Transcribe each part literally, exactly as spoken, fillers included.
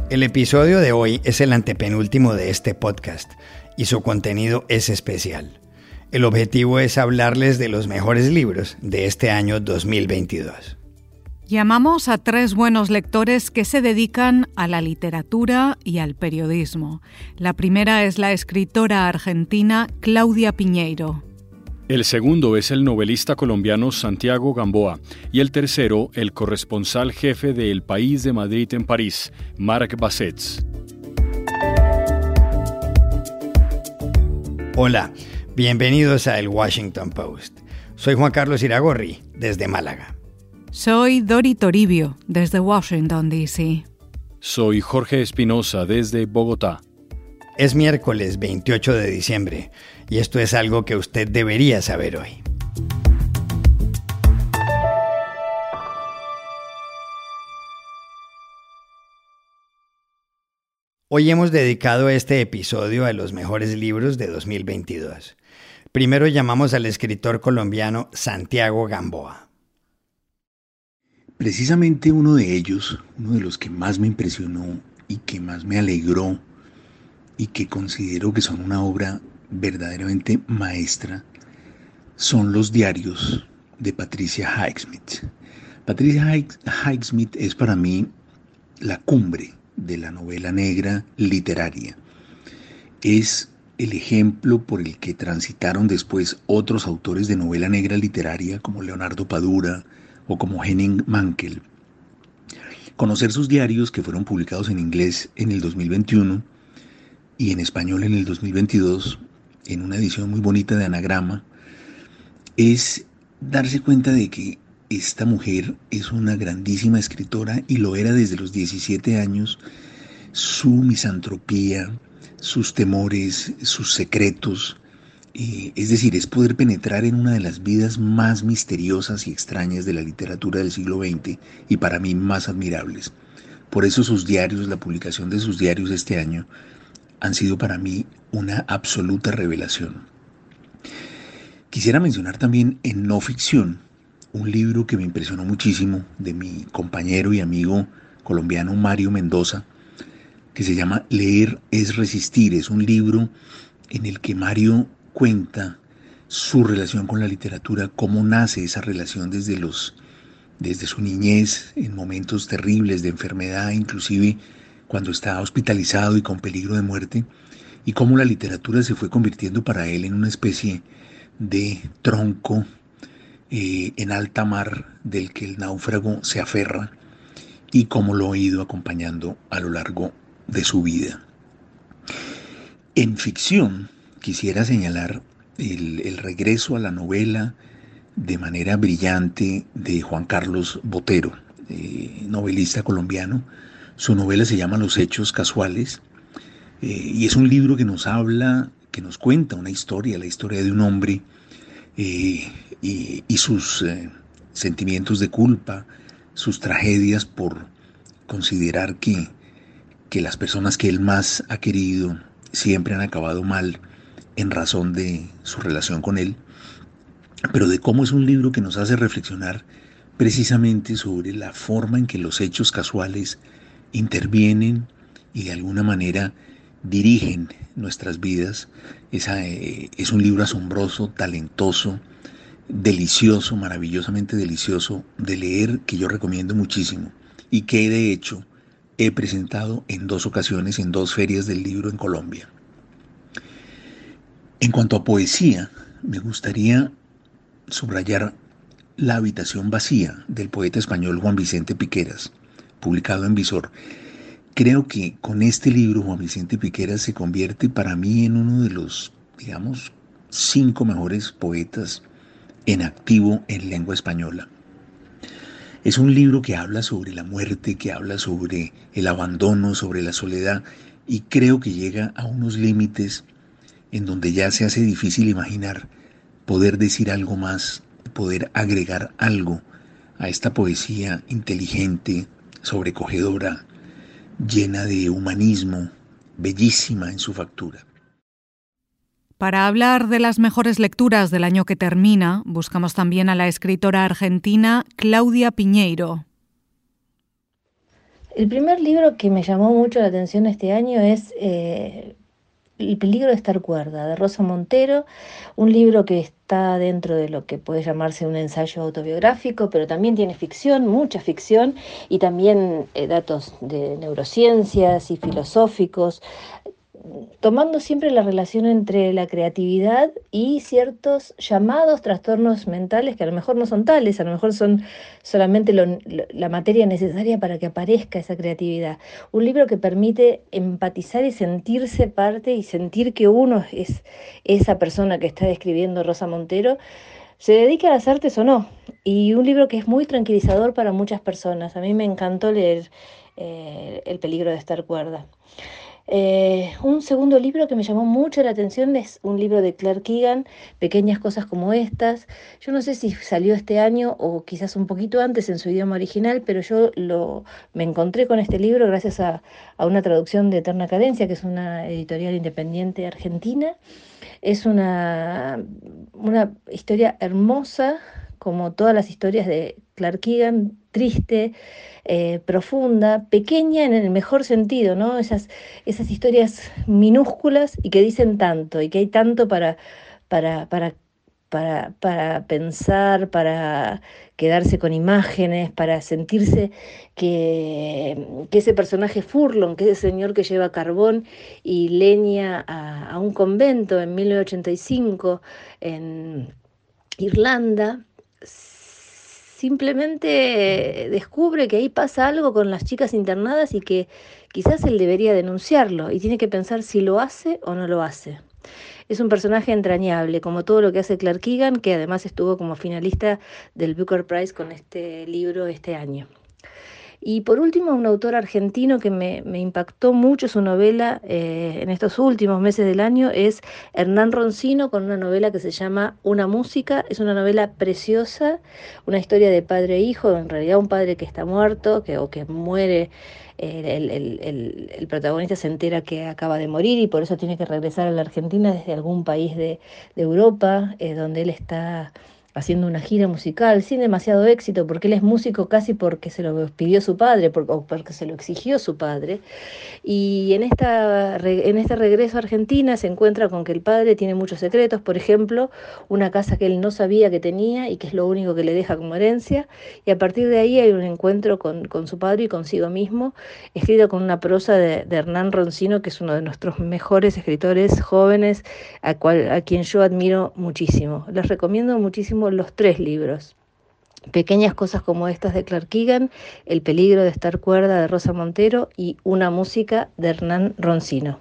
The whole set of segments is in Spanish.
El episodio de hoy es el antepenúltimo de este podcast y su contenido es especial. El objetivo es hablarles de los mejores libros de este año dos mil veintidós. Llamamos a tres buenos lectores que se dedican a la literatura y al periodismo. La primera es la escritora argentina Claudia Piñeiro. El segundo es el novelista colombiano Santiago Gamboa y el tercero, el corresponsal jefe de El País de Madrid en París, Marc Bassets. Hola, bienvenidos a El Washington Post. Soy Juan Carlos Iragorri, desde Málaga. Soy Dori Toribio, desde Washington, D C Soy Jorge Espinosa, desde Bogotá. Es miércoles veintiocho de diciembre y esto es algo que usted debería saber hoy. Hoy hemos dedicado este episodio a los mejores libros de dos mil veintidós. Primero llamamos al escritor colombiano Santiago Gamboa. Precisamente uno de ellos, uno de los que más me impresionó y que más me alegró y que considero que son una obra verdaderamente maestra, son los diarios de Patricia Highsmith. Patricia Highsmith es para mí la cumbre de la novela negra literaria. Es el ejemplo por el que transitaron después otros autores de novela negra literaria como Leonardo Padura o como Henning Mankell. Conocer sus diarios, que fueron publicados en inglés en el dos mil veintiuno y en español en el dos mil veintidós, en una edición muy bonita de Anagrama, es darse cuenta de que esta mujer es una grandísima escritora y lo era desde los diecisiete años. Su misantropía, sus temores, sus secretos, eh, es decir, es poder penetrar en una de las vidas más misteriosas y extrañas de la literatura del siglo veinte y para mí más admirables. Por eso sus diarios, la publicación de sus diarios este año, han sido para mí una absoluta revelación. Quisiera mencionar también en no ficción un libro que me impresionó muchísimo de mi compañero y amigo colombiano Mario Mendoza, que se llama Leer es resistir. Es un libro en el que Mario cuenta su relación con la literatura, cómo nace esa relación desde, los, desde su niñez, en momentos terribles de enfermedad, inclusive cuando estaba hospitalizado y con peligro de muerte, y cómo la literatura se fue convirtiendo para él en una especie de tronco eh, en alta mar del que el náufrago se aferra y cómo lo ha ido acompañando a lo largo de su vida. En ficción quisiera señalar el, el regreso a la novela de manera brillante de Juan Carlos Botero, eh, novelista colombiano. Su novela se llama Los hechos casuales eh, y es un libro que nos habla, que nos cuenta una historia, la historia de un hombre eh, y, y sus eh, sentimientos de culpa, sus tragedias por considerar que, que las personas que él más ha querido siempre han acabado mal en razón de su relación con él, pero de cómo es un libro que nos hace reflexionar precisamente sobre la forma en que los hechos casuales intervienen y de alguna manera dirigen nuestras vidas. Esa, eh, es un libro asombroso, talentoso, delicioso, maravillosamente delicioso de leer, que yo recomiendo muchísimo y que de hecho he presentado en dos ocasiones en dos ferias del libro en Colombia. En cuanto a poesía, me gustaría subrayar La habitación vacía del poeta español Juan Vicente Piqueras, publicado en Visor. Creo que con este libro Juan Vicente Piqueras se convierte para mí en uno de los, digamos, cinco mejores poetas en activo en lengua española. Es un libro que habla sobre la muerte, que habla sobre el abandono, sobre la soledad, y creo que llega a unos límites en donde ya se hace difícil imaginar poder decir algo más, poder agregar algo a esta poesía inteligente, sobrecogedora, llena de humanismo, bellísima en su factura. Para hablar de las mejores lecturas del año que termina, buscamos también a la escritora argentina Claudia Piñeiro. El primer libro que me llamó mucho la atención este año es eh, El peligro de estar cuerda, de Rosa Montero, un libro que está dentro de lo que puede llamarse un ensayo autobiográfico, pero también tiene ficción, mucha ficción, y también eh, datos de neurociencias y filosóficos, tomando siempre la relación entre la creatividad y ciertos llamados trastornos mentales que a lo mejor no son tales, a lo mejor son solamente lo, lo, la materia necesaria para que aparezca esa creatividad. Un libro que permite empatizar y sentirse parte y sentir que uno es esa persona que está describiendo Rosa Montero, se dedique a las artes o no. Y un libro que es muy tranquilizador para muchas personas. A mí me encantó leer eh, El peligro de estar cuerda. Eh, un segundo libro que me llamó mucho la atención es un libro de Claire Keegan, Pequeñas cosas como estas. Yo no sé si salió este año o quizás un poquito antes en su idioma original, pero yo lo, me encontré con este libro gracias a, a una traducción de Eterna Cadencia, que es una editorial independiente argentina. Es una, una historia hermosa, como todas las historias de Claire Keegan, triste, eh, profunda, pequeña en el mejor sentido, ¿no? Esas, esas historias minúsculas y que dicen tanto, y que hay tanto para, para, para, para, para pensar, para quedarse con imágenes, para sentirse que, que ese personaje Furlong, que es ese señor que lleva carbón y leña a, a un convento en mil novecientos ochenta y cinco en Irlanda, simplemente descubre que ahí pasa algo con las chicas internadas y que quizás él debería denunciarlo y tiene que pensar si lo hace o no lo hace. Es un personaje entrañable, como todo lo que hace Claire Keegan, que además estuvo como finalista del Booker Prize con este libro este año. Y por último, un autor argentino que me, me impactó mucho su novela eh, en estos últimos meses del año es Hernán Roncino, con una novela que se llama Una música. Es una novela preciosa, una historia de padre e hijo, en realidad un padre que está muerto que, o que muere. El, el, el, el protagonista se entera que acaba de morir y por eso tiene que regresar a la Argentina desde algún país de, de Europa, eh, donde él está haciendo una gira musical sin demasiado éxito, porque él es músico casi porque se lo pidió su padre, porque, o porque se lo exigió su padre. Y en, esta, en este regreso a Argentina se encuentra con que el padre tiene muchos secretos, por ejemplo, una casa que él no sabía que tenía y que es lo único que le deja como herencia, y a partir de ahí hay un encuentro con, con su padre y consigo mismo, escrito con una prosa de, de Hernán Roncino, que es uno de nuestros mejores escritores jóvenes, a, cual, a quien yo admiro muchísimo. Les recomiendo muchísimo los tres libros. Pequeñas cosas como estas de Claire Keegan, El peligro de estar cuerda de Rosa Montero y Una música de Hernán Roncino.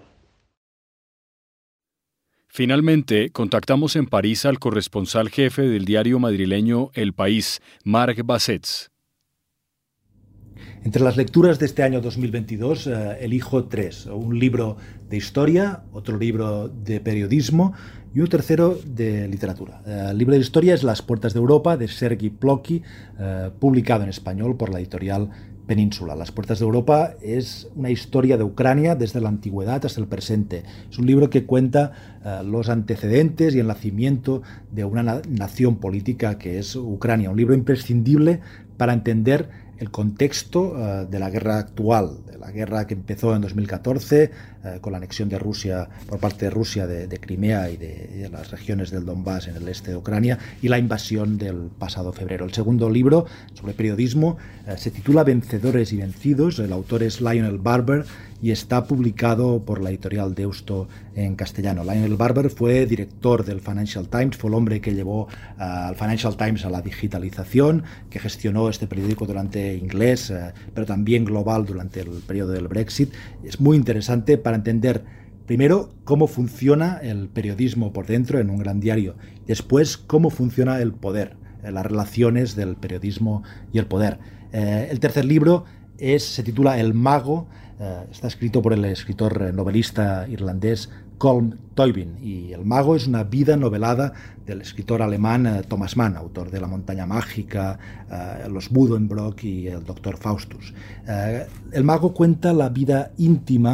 Finalmente, contactamos en París al corresponsal jefe del diario madrileño El País, Marc Bassets. Entre las lecturas de este año dos mil veintidós, eh, elijo tres. Un libro de historia, otro libro de periodismo y un tercero de literatura. El libro de historia es Las puertas de Europa, de Sergi Plokhy, eh, publicado en español por la editorial Península. Las puertas de Europa es una historia de Ucrania desde la antigüedad hasta el presente. Es un libro que cuenta eh, los antecedentes y el nacimiento de una na- nación política que es Ucrania. Un libro imprescindible para entender el contexto uh, de la guerra actual, de la guerra que empezó en dos mil catorce uh, con la anexión de Rusia por parte de Rusia de, de Crimea y de, de las regiones del Donbass en el este de Ucrania y la invasión del pasado febrero. El segundo libro sobre periodismo uh, se titula Vencedores y vencidos. El autor es Lionel Barber y está publicado por la editorial Deusto en castellano. Lionel Barber fue director del Financial Times, fue el hombre que llevó uh, al Financial Times a la digitalización, que gestionó este periódico durante inglés, uh, pero también global durante el periodo del Brexit. Es muy interesante para entender primero cómo funciona el periodismo por dentro en un gran diario, después cómo funciona el poder, eh, las relaciones del periodismo y el poder. Eh, el tercer libro es, se titula El mago. Uh, está escrito por el escritor novelista irlandés Colm Toibin y El mago es una vida novelada del escritor alemán uh, Thomas Mann, autor de La montaña mágica, uh, Los Buddenbrook y El doctor Faustus. Uh, el mago cuenta la vida íntima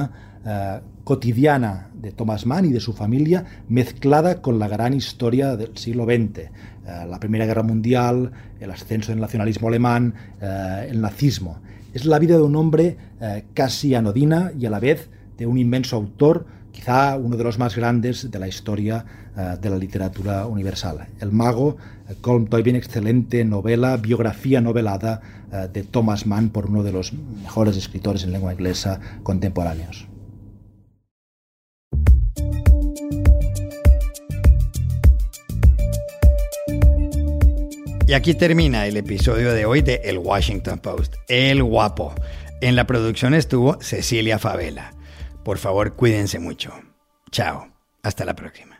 eh, cotidiana de Thomas Mann y de su familia, mezclada con la gran historia del siglo veinte, eh, la Primera Guerra Mundial, el ascenso del nacionalismo alemán, eh, el nazismo. Es la vida de un hombre eh, casi anodina y a la vez de un inmenso autor, quizá uno de los más grandes de la historia uh, de la literatura universal. El Mago, uh, Colm Toibin, excelente novela, biografía novelada uh, de Thomas Mann por uno de los mejores escritores en lengua inglesa contemporáneos. Y aquí termina el episodio de hoy de El Washington Post, El Guapo. En la producción estuvo Cecilia Favela. Por favor, cuídense mucho. Chao. Hasta la próxima.